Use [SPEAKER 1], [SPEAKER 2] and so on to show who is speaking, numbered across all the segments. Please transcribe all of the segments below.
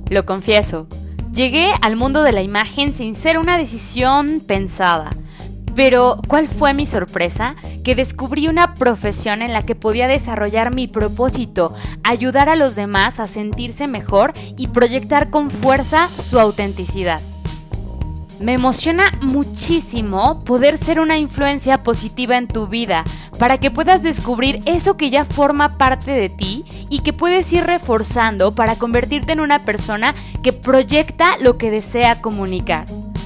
[SPEAKER 1] Lo confieso, llegué al mundo de la imagen sin ser una decisión pensada. Pero, ¿cuál fue mi sorpresa? Que descubrí una profesión en la que podía desarrollar mi propósito, ayudar a los demás a sentirse mejor y proyectar con fuerza su autenticidad. Me emociona muchísimo poder ser una influencia positiva en tu vida, para que puedas descubrir eso que ya forma parte de ti y que puedes ir reforzando para convertirte en una persona que proyecta lo que desea comunicar.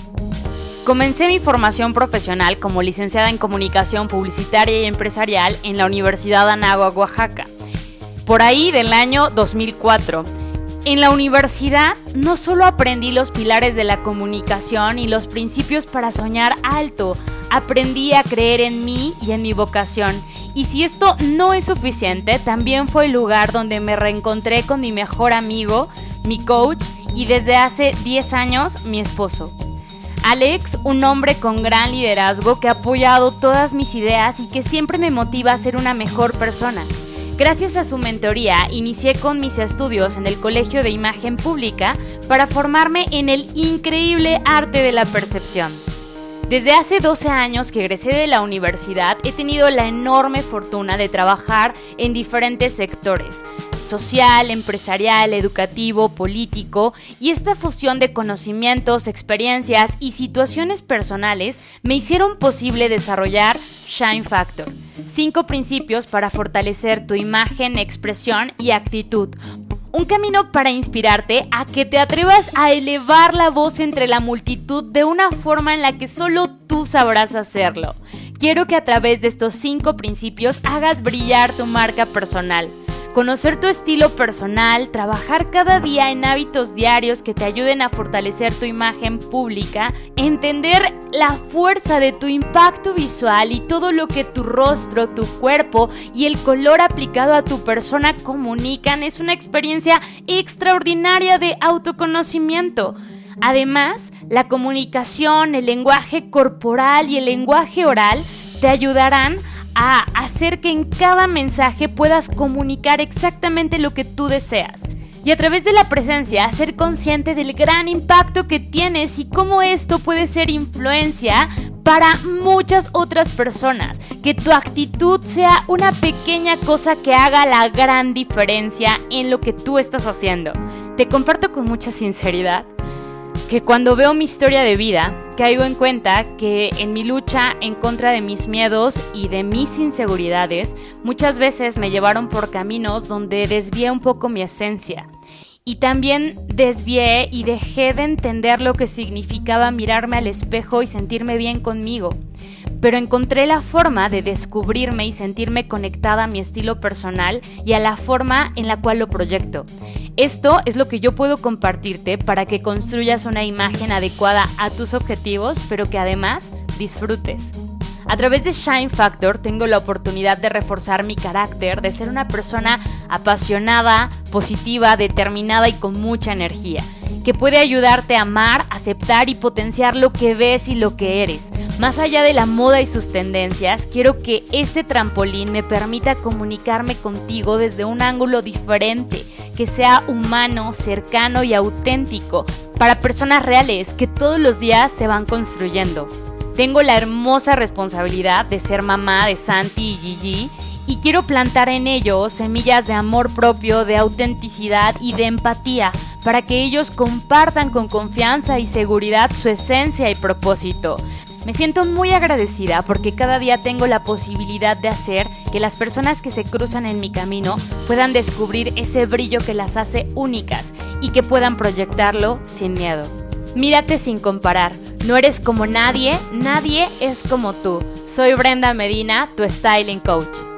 [SPEAKER 1] Comencé mi formación profesional como licenciada en Comunicación Publicitaria y Empresarial en la Universidad Anáhuac, Oaxaca, por ahí del año 2004. En la universidad no solo aprendí los pilares de la comunicación y los principios para soñar alto, aprendí a creer en mí y en mi vocación. Y si esto no es suficiente, también fue el lugar donde me reencontré con mi mejor amigo, mi coach y desde hace 10 años mi esposo. Alex, un hombre con gran liderazgo que ha apoyado todas mis ideas y que siempre me motiva a ser una mejor persona. Gracias a su mentoría, inicié con mis estudios en el Colegio de Imagen Pública para formarme en el increíble arte de la percepción. Desde hace 12 años que egresé de la universidad, he tenido la enorme fortuna de trabajar en diferentes sectores: social, empresarial, educativo, político, y esta fusión de conocimientos, experiencias y situaciones personales me hicieron posible desarrollar Shine Factor, 5 principios para fortalecer tu imagen, expresión y actitud. Un camino para inspirarte a que te atrevas a elevar la voz entre la multitud de una forma en la que solo tú sabrás hacerlo. Quiero que a través de estos 5 principios hagas brillar tu marca personal. Conocer tu estilo personal, trabajar cada día en hábitos diarios que te ayuden a fortalecer tu imagen pública, entender la fuerza de tu impacto visual y todo lo que tu rostro, tu cuerpo y el color aplicado a tu persona comunican es una experiencia extraordinaria de autoconocimiento. Además, la comunicación, el lenguaje corporal y el lenguaje oral te ayudarán a hacer que en cada mensaje puedas comunicar exactamente lo que tú deseas. Y a través de la presencia, ser consciente del gran impacto que tienes y cómo esto puede ser influencia para muchas otras personas. Que tu actitud sea una pequeña cosa que haga la gran diferencia en lo que tú estás haciendo. Te comparto con mucha sinceridad que cuando veo mi historia de vida, caigo en cuenta que en mi lucha en contra de mis miedos y de mis inseguridades, muchas veces me llevaron por caminos donde desvié un poco mi esencia. Y también desvié y dejé de entender lo que significaba mirarme al espejo y sentirme bien conmigo. Pero encontré la forma de descubrirme y sentirme conectada a mi estilo personal y a la forma en la cual lo proyecto. Esto es lo que yo puedo compartirte para que construyas una imagen adecuada a tus objetivos, pero que además disfrutes. A través de Shine Factor tengo la oportunidad de reforzar mi carácter, de ser una persona apasionada, positiva, determinada y con mucha energía, que puede ayudarte a amar, aceptar y potenciar lo que ves y lo que eres. Más allá de la moda y sus tendencias, quiero que este trampolín me permita comunicarme contigo desde un ángulo diferente, que sea humano, cercano y auténtico, para personas reales que todos los días se van construyendo. Tengo la hermosa responsabilidad de ser mamá de Santi y Gigi y quiero plantar en ellos semillas de amor propio, de autenticidad y de empatía para que ellos compartan con confianza y seguridad su esencia y propósito. Me siento muy agradecida porque cada día tengo la posibilidad de hacer que las personas que se cruzan en mi camino puedan descubrir ese brillo que las hace únicas y que puedan proyectarlo sin miedo. Mírate sin comparar. No eres como nadie, nadie es como tú. Soy Brenda Medina, tu Styling Coach.